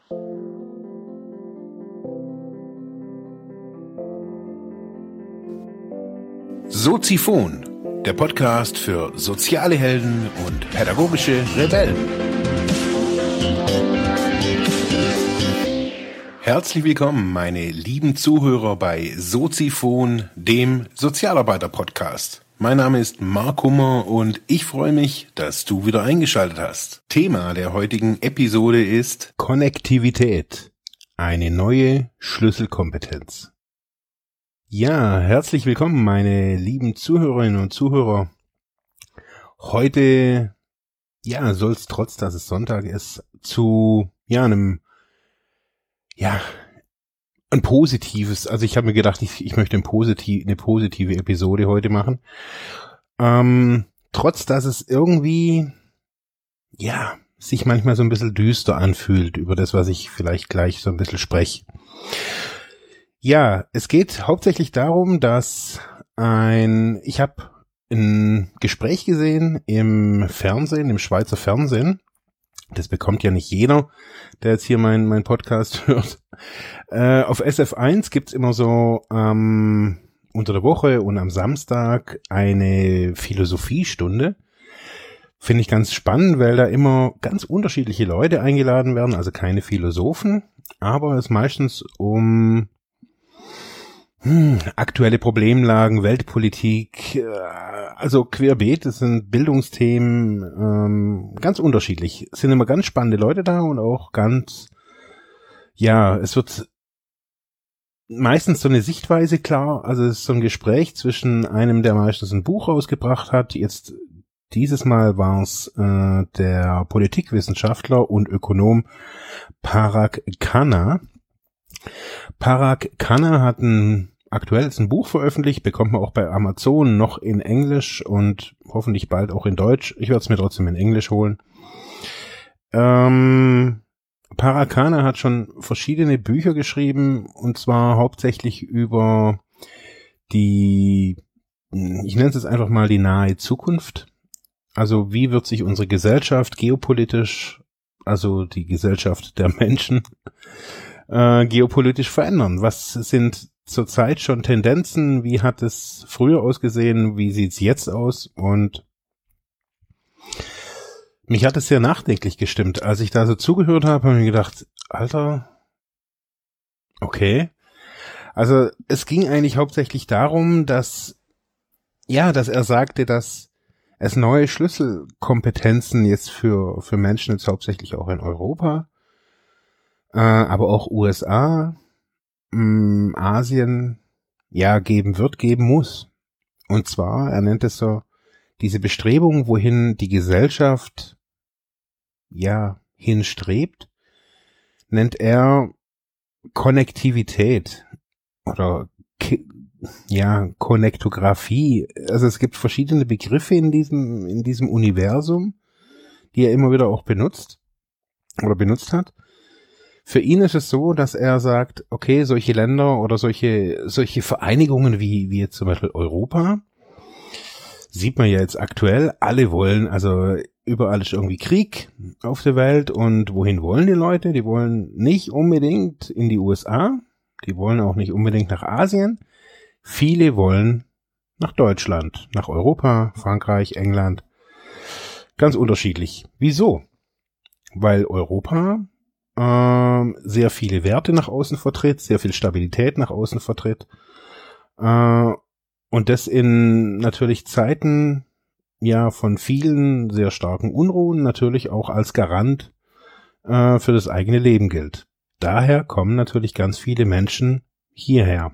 Soziphon, der Podcast für soziale Helden und pädagogische Rebellen. Herzlich willkommen, meine lieben Zuhörer bei Soziphon, dem Sozialarbeiter-Podcast. Mein Name ist Mark Hummer und ich freue mich, dass du wieder eingeschaltet hast. Thema der heutigen Episode ist Konnektivität, eine neue Schlüsselkompetenz. Ja, herzlich willkommen, meine lieben Zuhörerinnen und Zuhörer. Heute, soll es trotz, dass es Sonntag ist, zu, ein positives, also ich habe mir gedacht, ich möchte eine positive Episode heute machen. Trotz, dass es irgendwie, sich manchmal so ein bisschen düster anfühlt über das, was ich vielleicht gleich so ein bisschen spreche. Ja, es geht hauptsächlich darum, dass ich habe ein Gespräch gesehen im Fernsehen, im Schweizer Fernsehen. Das bekommt ja nicht jeder, der jetzt hier mein Podcast hört. Auf SF1 gibt's immer so unter der Woche und am Samstag eine Philosophiestunde. Finde ich ganz spannend, weil da immer ganz unterschiedliche Leute eingeladen werden, also keine Philosophen, aber es meistens um aktuelle Problemlagen, Weltpolitik, also querbeet, das sind Bildungsthemen, ganz unterschiedlich. Es sind immer ganz spannende Leute da und auch ganz, es wird meistens so eine Sichtweise klar, also es ist so ein Gespräch zwischen einem, der meistens ein Buch rausgebracht hat, jetzt dieses Mal war es der Politikwissenschaftler und Ökonom Parag Khanna. Parag Khanna hat aktuell ein Buch veröffentlicht, bekommt man auch bei Amazon noch in Englisch und hoffentlich bald auch in Deutsch. Ich werde es mir trotzdem in Englisch holen. Parag Khanna hat schon verschiedene Bücher geschrieben und zwar hauptsächlich über ich nenne es jetzt einfach mal die nahe Zukunft. Also wie wird sich unsere Gesellschaft geopolitisch, also die Gesellschaft der Menschen, geopolitisch verändern? Was sind zurzeit schon Tendenzen? Wie hat es früher ausgesehen? Wie sieht's jetzt aus? Und mich hat es sehr nachdenklich gestimmt. Als ich da so zugehört habe ich mir gedacht, Alter, okay. Also es ging eigentlich hauptsächlich darum, dass er sagte, dass es neue Schlüsselkompetenzen jetzt für Menschen jetzt hauptsächlich auch in Europa, aber auch USA, Asien, geben muss. Und zwar, er nennt es so, diese Bestrebung, wohin die Gesellschaft, hinstrebt, nennt er Konnektivität oder, Konnektographie. Also es gibt verschiedene Begriffe in diesem Universum, die er immer wieder auch benutzt hat. Für ihn ist es so, dass er sagt, okay, solche Länder oder solche Vereinigungen wie jetzt zum Beispiel Europa, sieht man ja jetzt aktuell, alle wollen, also überall ist irgendwie Krieg auf der Welt und wohin wollen die Leute? Die wollen nicht unbedingt in die USA, die wollen auch nicht unbedingt nach Asien, viele wollen nach Deutschland, nach Europa, Frankreich, England, ganz unterschiedlich. Wieso? Weil Europa sehr viele Werte nach außen vertritt, sehr viel Stabilität nach außen vertritt und das in natürlich Zeiten von vielen sehr starken Unruhen natürlich auch als Garant für das eigene Leben gilt. Daher kommen natürlich ganz viele Menschen hierher.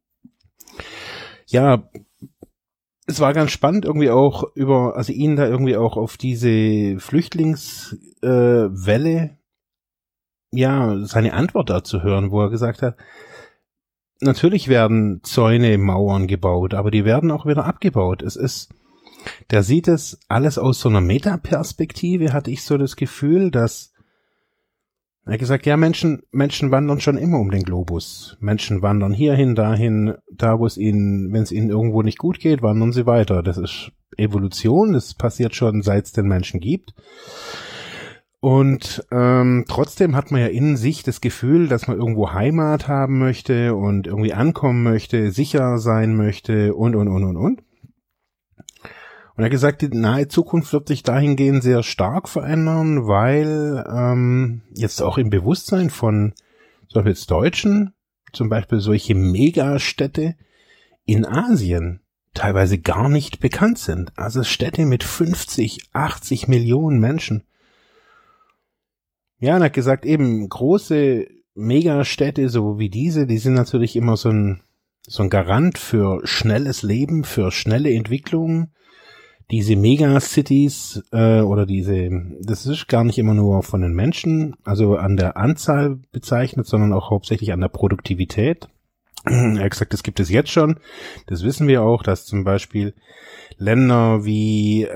Ja, es war ganz spannend irgendwie auch ihn da irgendwie auch auf diese Flüchtlingswelle seine Antwort dazu hören, wo er gesagt hat, natürlich werden Zäune, Mauern gebaut, aber die werden auch wieder abgebaut. Der sieht es alles aus so einer Metaperspektive, hatte ich so das Gefühl, dass er hat gesagt, Menschen wandern schon immer um den Globus. Menschen wandern hierhin, dahin, da wo wenn es ihnen irgendwo nicht gut geht, wandern sie weiter. Das ist Evolution, das passiert schon, seit es den Menschen gibt. Und trotzdem hat man ja in sich das Gefühl, dass man irgendwo Heimat haben möchte und irgendwie ankommen möchte, sicher sein möchte und. Und er hat gesagt, die nahe Zukunft wird sich dahingehend sehr stark verändern, weil jetzt auch im Bewusstsein von zum Beispiel jetzt Deutschen, zum Beispiel solche Megastädte in Asien teilweise gar nicht bekannt sind. Also Städte mit 50, 80 Millionen Menschen. Ja, und er hat gesagt, eben große Megastädte, so wie diese, die sind natürlich immer so ein Garant für schnelles Leben, für schnelle Entwicklung. Diese Megacities das ist gar nicht immer nur von den Menschen, also an der Anzahl bezeichnet, sondern auch hauptsächlich an der Produktivität. Er hat gesagt, das gibt es jetzt schon. Das wissen wir auch, dass zum Beispiel Länder wie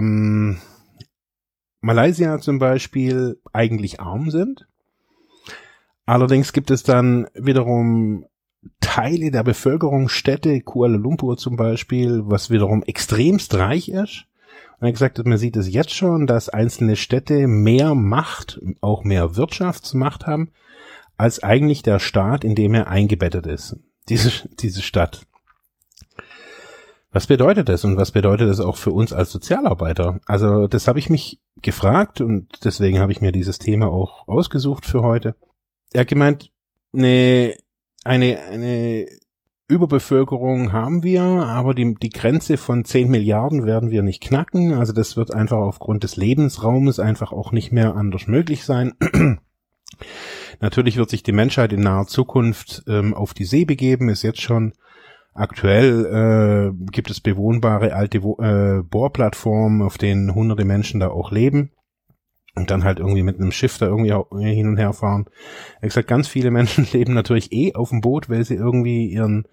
Malaysia zum Beispiel eigentlich arm sind. Allerdings gibt es dann wiederum Teile der Bevölkerung, Städte, Kuala Lumpur zum Beispiel, was wiederum extremst reich ist. Und er hat gesagt, man sieht es jetzt schon, dass einzelne Städte mehr Macht, auch mehr Wirtschaftsmacht haben, als eigentlich der Staat, in dem er eingebettet ist. Diese Stadt. Was bedeutet das und was bedeutet das auch für uns als Sozialarbeiter? Also das habe ich mich gefragt und deswegen habe ich mir dieses Thema auch ausgesucht für heute. Er hat gemeint, eine Überbevölkerung haben wir, aber die Grenze von 10 Milliarden werden wir nicht knacken. Also das wird einfach aufgrund des Lebensraumes einfach auch nicht mehr anders möglich sein. Natürlich wird sich die Menschheit in naher Zukunft auf die See begeben, ist jetzt schon. Aktuell gibt es bewohnbare alte Bohrplattformen, auf denen hunderte Menschen da auch leben. Und dann halt irgendwie mit einem Schiff da irgendwie hin und her fahren. Er hat gesagt, ganz viele Menschen leben natürlich auf dem Boot, weil sie irgendwie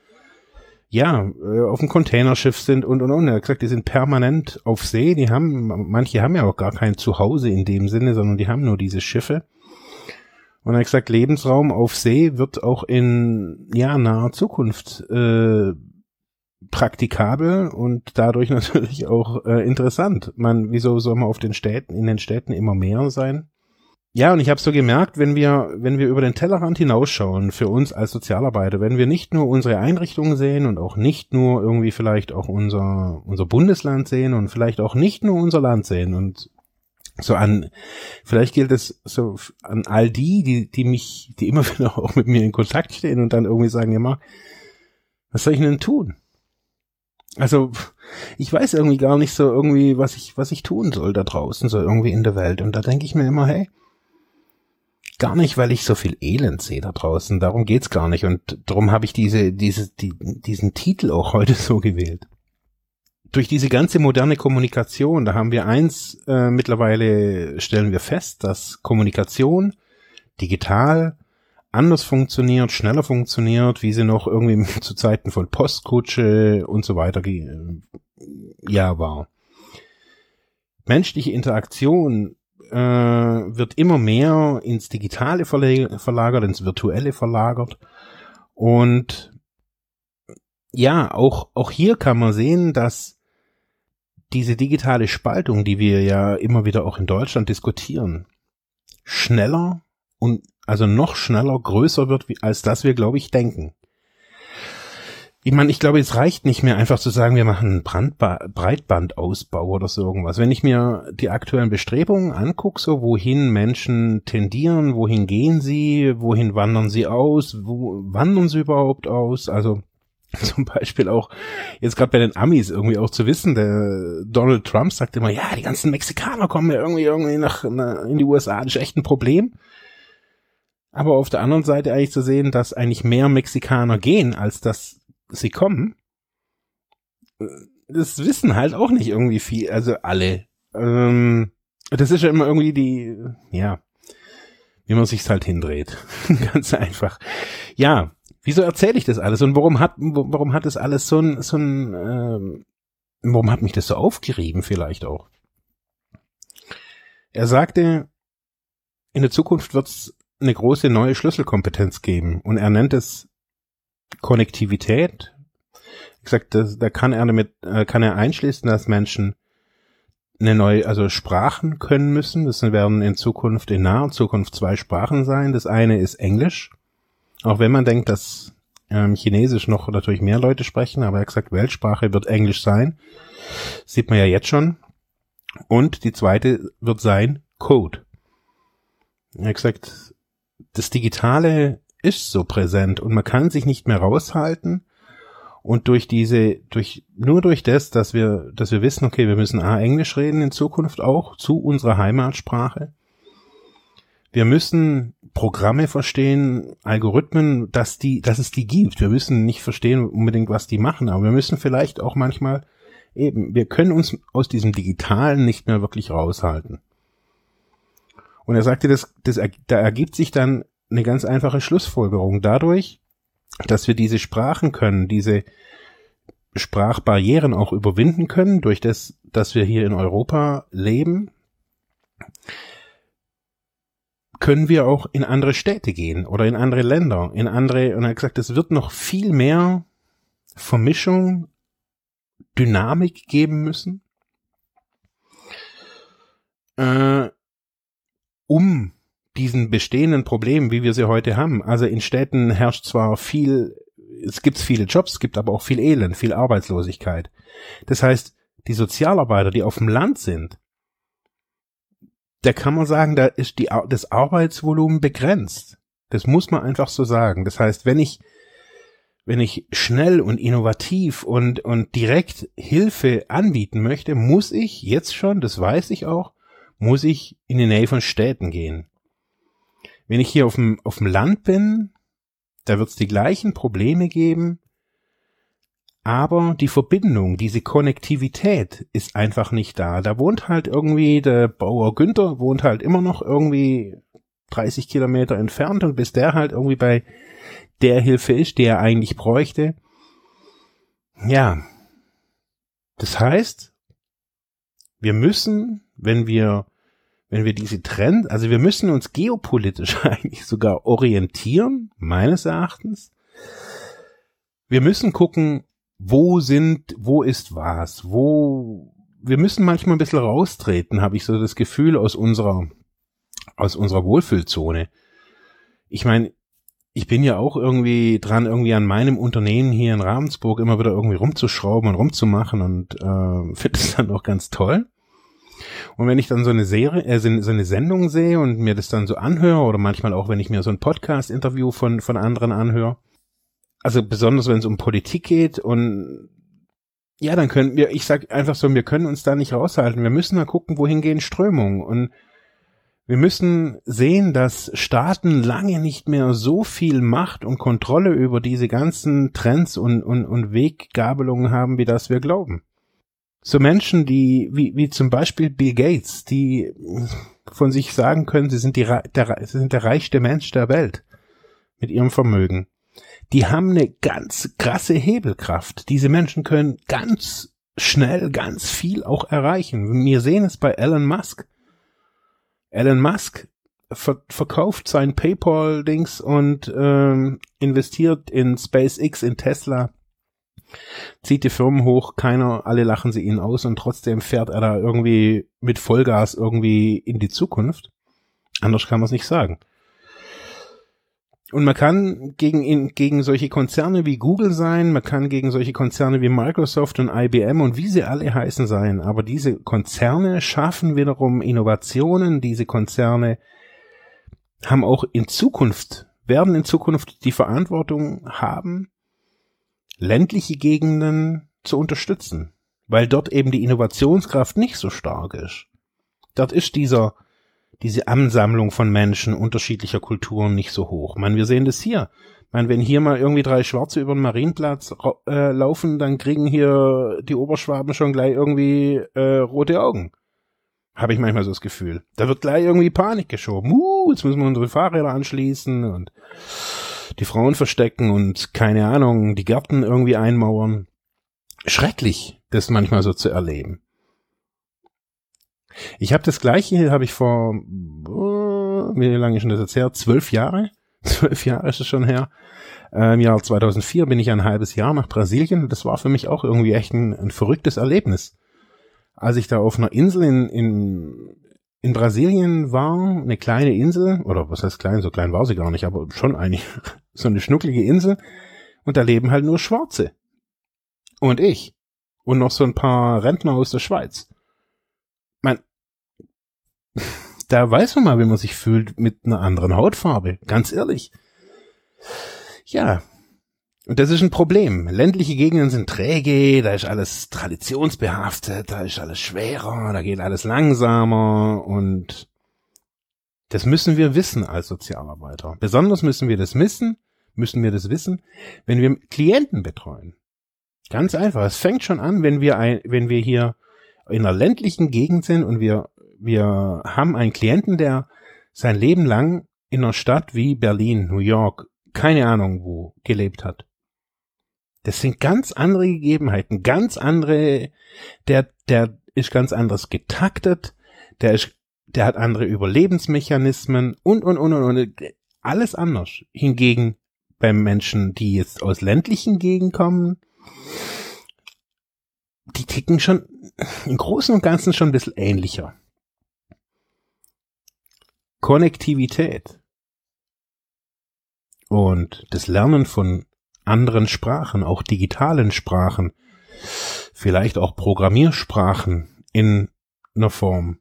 auf dem Containerschiff sind und. Er hat gesagt, die sind permanent auf See. Manche haben ja auch gar kein Zuhause in dem Sinne, sondern die haben nur diese Schiffe. Und er hat gesagt, Lebensraum auf See wird auch in naher Zukunft praktikabel und dadurch natürlich auch interessant. Wieso soll man in den Städten immer mehr sein? Ja, und ich habe so gemerkt, wenn wir über den Tellerrand hinausschauen, für uns als Sozialarbeiter, wenn wir nicht nur unsere Einrichtungen sehen und auch nicht nur irgendwie vielleicht auch unser Bundesland sehen und vielleicht auch nicht nur unser Land sehen und vielleicht gilt es so an all die immer wieder auch mit mir in Kontakt stehen und dann irgendwie sagen, ja, Marc, was soll ich denn tun? Also, ich weiß irgendwie gar nicht so irgendwie, was ich tun soll da draußen, so irgendwie in der Welt. Und da denke ich mir immer, hey, gar nicht, weil ich so viel Elend sehe da draußen, darum geht's gar nicht. Und darum habe ich diesen Titel auch heute so gewählt. Durch diese ganze moderne Kommunikation, da haben wir mittlerweile stellen wir fest, dass Kommunikation digital anders funktioniert, schneller funktioniert, wie sie noch irgendwie zu Zeiten von Postkutsche und so weiter war. Menschliche Interaktion wird immer mehr ins Digitale verlagert, ins Virtuelle verlagert und ja, auch hier kann man sehen, dass diese digitale Spaltung, die wir ja immer wieder auch in Deutschland diskutieren, schneller und also noch schneller größer wird, als das wir, glaube ich, denken. Ich meine, ich glaube, es reicht nicht mehr einfach zu sagen, wir machen einen Breitbandausbau oder so irgendwas. Wenn ich mir die aktuellen Bestrebungen angucke, so wohin Menschen tendieren, wohin gehen sie, wohin wandern sie aus, wo wandern sie überhaupt aus, also zum Beispiel auch jetzt gerade bei den Amis irgendwie auch zu wissen, der Donald Trump sagt immer, ja, die ganzen Mexikaner kommen ja irgendwie in die USA, das ist echt ein Problem. Aber auf der anderen Seite eigentlich zu sehen, dass eigentlich mehr Mexikaner gehen, als dass sie kommen, das wissen halt auch nicht irgendwie viel, also alle. Das ist ja immer irgendwie wie man sich's halt hindreht. Ganz einfach. Ja. Wieso erzähle ich das alles und warum hat das alles warum hat mich das so aufgerieben vielleicht auch? Er sagte, in der Zukunft wird es eine große neue Schlüsselkompetenz geben und er nennt es Konnektivität. Wie gesagt, da kann er einschließen, dass Menschen also Sprachen können müssen. Das werden in naher Zukunft 2 Sprachen sein. Das eine ist Englisch. Auch wenn man denkt, dass Chinesisch noch natürlich mehr Leute sprechen, aber er hat gesagt, Weltsprache wird Englisch sein. Sieht man ja jetzt schon. Und die zweite wird sein Code. Er hat gesagt, das Digitale ist so präsent und man kann sich nicht mehr raushalten. Und durch das, dass wir wissen, okay, wir müssen Englisch reden in Zukunft auch zu unserer Heimatsprache. Wir müssen Programme verstehen, Algorithmen, dass es die gibt. Wir müssen nicht verstehen unbedingt, was die machen, aber wir müssen vielleicht auch manchmal wir können uns aus diesem Digitalen nicht mehr wirklich raushalten. Und er sagte, da ergibt sich dann eine ganz einfache Schlussfolgerung dadurch, dass wir diese Sprachen können, diese Sprachbarrieren auch überwinden können, durch das, dass wir hier in Europa leben, können wir auch in andere Städte gehen oder in andere Länder, und er hat gesagt, es wird noch viel mehr Vermischung, Dynamik geben müssen, um diesen bestehenden Problemen, wie wir sie heute haben. Also in Städten herrscht zwar es gibt viele Jobs, es gibt aber auch viel Elend, viel Arbeitslosigkeit. Das heißt, die Sozialarbeiter, die auf dem Land sind, da kann man sagen, da ist das Arbeitsvolumen begrenzt. Das muss man einfach so sagen. Das heißt, wenn ich schnell und innovativ und direkt Hilfe anbieten möchte, muss ich jetzt schon, das weiß ich auch, muss ich in die Nähe von Städten gehen. Wenn ich hier auf dem Land bin, da wird es die gleichen Probleme geben, aber die Verbindung, diese Konnektivität ist einfach nicht da. Da wohnt halt irgendwie der Bauer Günther, wohnt halt immer noch irgendwie 30 Kilometer entfernt, und bis der halt irgendwie bei der Hilfe ist, die er eigentlich bräuchte. Ja, das heißt, wir müssen, wenn wir diese Trends, also wir müssen uns geopolitisch eigentlich sogar orientieren, meines Erachtens. Wir müssen gucken, wo ist was, wir müssen manchmal ein bisschen raustreten, habe ich so das Gefühl, aus unserer Wohlfühlzone. Ich meine, ich bin ja auch irgendwie dran, irgendwie an meinem Unternehmen hier in Ravensburg immer wieder irgendwie rumzuschrauben und rumzumachen, und finde es dann auch ganz toll. Und wenn ich dann so eine Sendung sehe und mir das dann so anhöre, oder manchmal auch, wenn ich mir so ein Podcast-Interview von anderen anhöre, also besonders wenn es um Politik geht, und ja, dann ich sag einfach so, wir können uns da nicht raushalten. Wir müssen da gucken, wohin gehen Strömungen, und wir müssen sehen, dass Staaten lange nicht mehr so viel Macht und Kontrolle über diese ganzen Trends und Weggabelungen haben, wie das wir glauben. So Menschen, wie zum Beispiel Bill Gates, die von sich sagen können, sie sind der reichste Mensch der Welt mit ihrem Vermögen. Die haben eine ganz krasse Hebelkraft. Diese Menschen können ganz schnell ganz viel auch erreichen. Wir sehen es bei Elon Musk. Elon Musk verkauft sein PayPal-Dings und investiert in SpaceX, in Tesla, zieht die Firmen hoch, alle lachen sie ihn aus, und trotzdem fährt er da irgendwie mit Vollgas irgendwie in die Zukunft. Anders kann man es nicht sagen. Und man kann gegen solche Konzerne wie Google sein, man kann gegen solche Konzerne wie Microsoft und IBM und wie sie alle heißen sein, aber diese Konzerne schaffen wiederum Innovationen, diese Konzerne werden in Zukunft die Verantwortung haben, ländliche Gegenden zu unterstützen, weil dort eben die Innovationskraft nicht so stark ist. Dort ist diese Ansammlung von Menschen unterschiedlicher Kulturen nicht so hoch. Wir sehen das hier. Wenn hier mal irgendwie 3 Schwarze über den Marienplatz laufen, dann kriegen hier die Oberschwaben schon gleich irgendwie rote Augen. Habe ich manchmal so das Gefühl. Da wird gleich irgendwie Panik geschoben. Jetzt müssen wir unsere Fahrräder anschließen und die Frauen verstecken und keine Ahnung, die Gärten irgendwie einmauern. Schrecklich, das manchmal so zu erleben. Ich habe das Gleiche, wie lange ist denn das jetzt her? 12 Jahre? 12 Jahre ist es schon her. Im Jahr 2004 bin ich ein halbes Jahr nach Brasilien. Das war für mich auch irgendwie echt ein verrücktes Erlebnis. als ich da auf einer Insel in Brasilien war, eine kleine Insel, oder was heißt klein, so klein war sie gar nicht, aber schon eigentlich so eine schnucklige Insel, und da leben halt nur Schwarze. Und ich. Und noch so ein paar Rentner aus der Schweiz. Da weiß man mal, wie man sich fühlt mit einer anderen Hautfarbe. Ganz ehrlich. Ja. Und das ist ein Problem. Ländliche Gegenden sind träge, da ist alles traditionsbehaftet, da ist alles schwerer, da geht alles langsamer und das müssen wir wissen als Sozialarbeiter. Besonders müssen wir das wissen, wenn wir Klienten betreuen. Ganz einfach. Es fängt schon an, wenn wir hier in einer ländlichen Gegend sind und wir haben einen Klienten, der sein Leben lang in einer Stadt wie Berlin, New York, keine Ahnung wo, gelebt hat. Das sind ganz andere Gegebenheiten, ganz andere, der ist ganz anders getaktet, der hat andere Überlebensmechanismen und, alles anders. Hingegen bei Menschen, die jetzt aus ländlichen Gegenden kommen, die ticken schon im Großen und Ganzen schon ein bisschen ähnlicher. Konnektivität und das Lernen von anderen Sprachen, auch digitalen Sprachen, vielleicht auch Programmiersprachen in einer Form.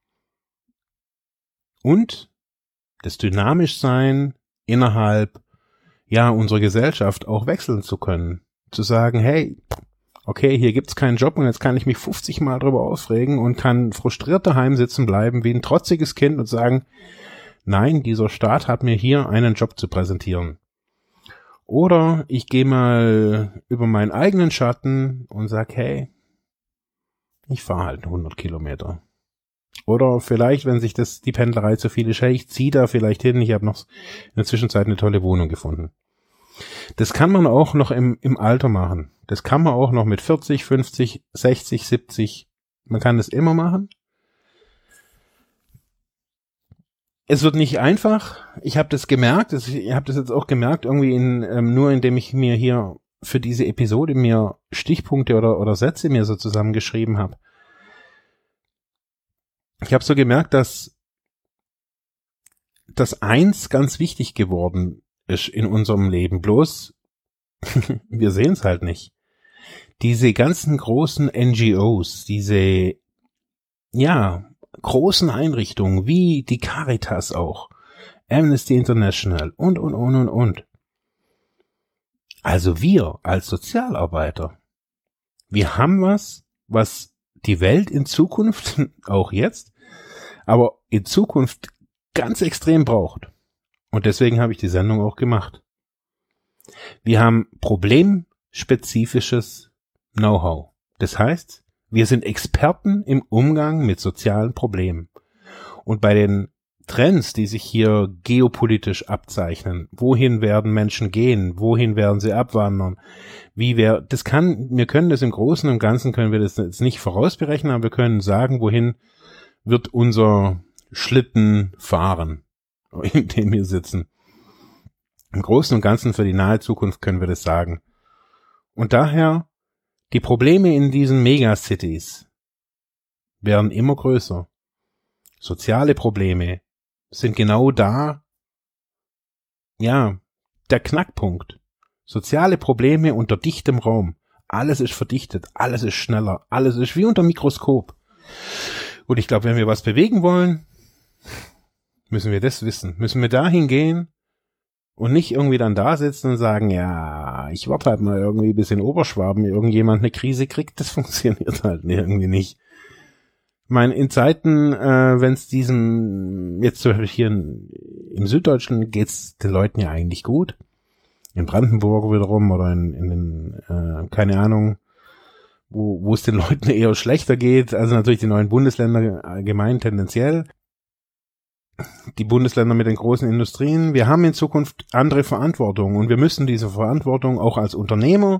Und das Dynamischsein innerhalb unserer Gesellschaft auch wechseln zu können. Zu sagen, hey, okay, hier gibt's keinen Job und jetzt kann ich mich 50 Mal drüber aufregen und kann frustriert daheim sitzen bleiben wie ein trotziges Kind und sagen, nein, dieser Staat hat mir hier einen Job zu präsentieren. Oder ich gehe mal über meinen eigenen Schatten und sag, hey, ich fahre halt 100 Kilometer. Oder vielleicht, wenn sich die Pendlerei zu viel ist, hey, ich ziehe da vielleicht hin, ich habe noch in der Zwischenzeit eine tolle Wohnung gefunden. Das kann man auch noch im Alter machen. Das kann man auch noch mit 40, 50, 60, 70. Man kann das immer machen. Es wird nicht einfach. Ich habe das gemerkt. Ich habe das jetzt auch gemerkt, irgendwie nur indem ich mir hier für diese Episode mir Stichpunkte oder Sätze mir so zusammengeschrieben habe. Ich habe so gemerkt, dass das eins ganz wichtig geworden ist in unserem Leben. Bloß, wir sehen es halt nicht. Diese ganzen großen NGOs, diese, großen Einrichtungen, wie die Caritas auch, Amnesty International und. Also wir als Sozialarbeiter, wir haben was die Welt in Zukunft, auch jetzt, aber in Zukunft ganz extrem braucht. Und deswegen habe ich die Sendung auch gemacht. Wir haben problemspezifisches Know-how. Das heißt, wir sind Experten im Umgang mit sozialen Problemen. Und bei den Trends, die sich hier geopolitisch abzeichnen, wohin werden Menschen gehen, wohin werden sie abwandern, wir können das im Großen und Ganzen, können wir das jetzt nicht vorausberechnen, aber wir können sagen, wohin wird unser Schlitten fahren, in dem wir sitzen. Im Großen und Ganzen für die nahe Zukunft können wir das sagen. Und daher, die Probleme in diesen Megacities werden immer größer. Soziale Probleme sind genau da, der Knackpunkt. Soziale Probleme unter dichtem Raum. Alles ist verdichtet, alles ist schneller, alles ist wie unter Mikroskop. Und ich glaube, wenn wir was bewegen wollen, müssen wir das wissen. Müssen wir dahin gehen und nicht irgendwie dann da sitzen und sagen, ich warte halt mal irgendwie bis in Oberschwaben irgendjemand eine Krise kriegt. Das funktioniert halt irgendwie nicht. Ich meine, in Zeiten, wenn es jetzt zum Beispiel hier im Süddeutschen geht's den Leuten ja eigentlich gut. In Brandenburg wiederum oder in den, keine Ahnung, wo es den Leuten eher schlechter geht. Also natürlich die neuen Bundesländer allgemein tendenziell. Die Bundesländer mit den großen Industrien. Wir haben in Zukunft andere Verantwortung und wir müssen diese Verantwortung auch als Unternehmer,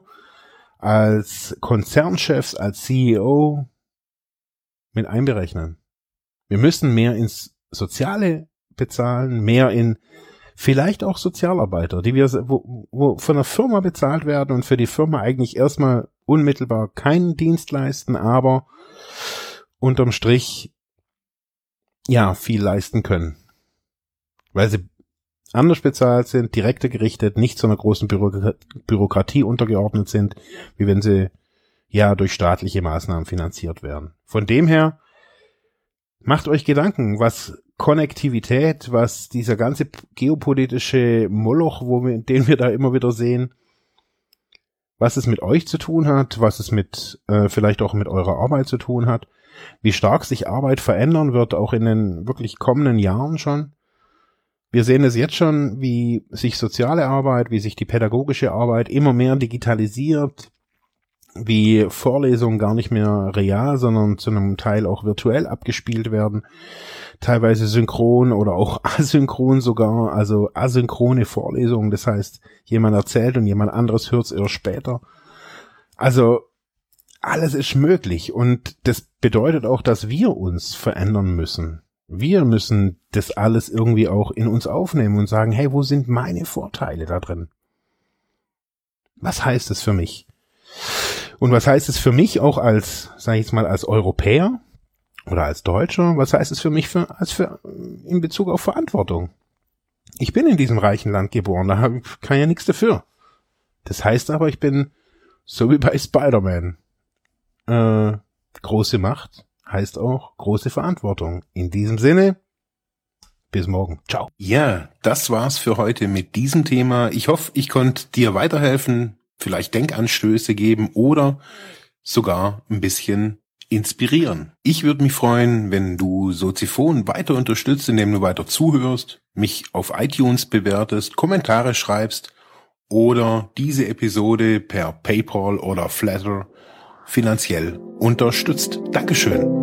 als Konzernchefs, als CEO mit einberechnen. Wir müssen mehr ins Soziale bezahlen, mehr in vielleicht auch Sozialarbeiter, die wo von der Firma bezahlt werden und für die Firma eigentlich erstmal unmittelbar keinen Dienst leisten, aber unterm Strich ja viel leisten können. Weil sie anders bezahlt sind, direkter gerichtet, nicht so einer großen Bürokratie untergeordnet sind, wie wenn sie ja durch staatliche Maßnahmen finanziert werden. Von dem her, macht euch Gedanken, was Konnektivität, was dieser ganze geopolitische Moloch, den wir da immer wieder sehen, was es mit euch zu tun hat, was es mit vielleicht auch mit eurer Arbeit zu tun hat, wie stark sich Arbeit verändern wird, auch in den wirklich kommenden Jahren schon. Wir sehen es jetzt schon, wie sich soziale Arbeit, wie sich die pädagogische Arbeit immer mehr digitalisiert, wie Vorlesungen gar nicht mehr real, sondern zu einem Teil auch virtuell abgespielt werden, teilweise synchron oder auch asynchron sogar, also asynchrone Vorlesungen, das heißt, jemand erzählt und jemand anderes hört es erst später. Also alles ist möglich und das bedeutet auch, dass wir uns verändern müssen. Wir müssen das alles irgendwie auch in uns aufnehmen und sagen, hey, wo sind meine Vorteile da drin? Was heißt es für mich? Und was heißt es für mich auch als, sage ich jetzt mal, als Europäer oder als Deutscher? Was heißt es für mich in Bezug auf Verantwortung? Ich bin in diesem reichen Land geboren, da kann ja nichts dafür. Das heißt aber, ich bin so wie bei Spider-Man. Große Macht heißt auch große Verantwortung. In diesem Sinne, bis morgen. Ciao. Ja, das war's für heute mit diesem Thema. Ich hoffe, ich konnte dir weiterhelfen, vielleicht Denkanstöße geben oder sogar ein bisschen inspirieren. Ich würde mich freuen, wenn du Soziphon weiter unterstützt, indem du weiter zuhörst, mich auf iTunes bewertest, Kommentare schreibst oder diese Episode per PayPal oder Flattr finanziell unterstützt. Dankeschön.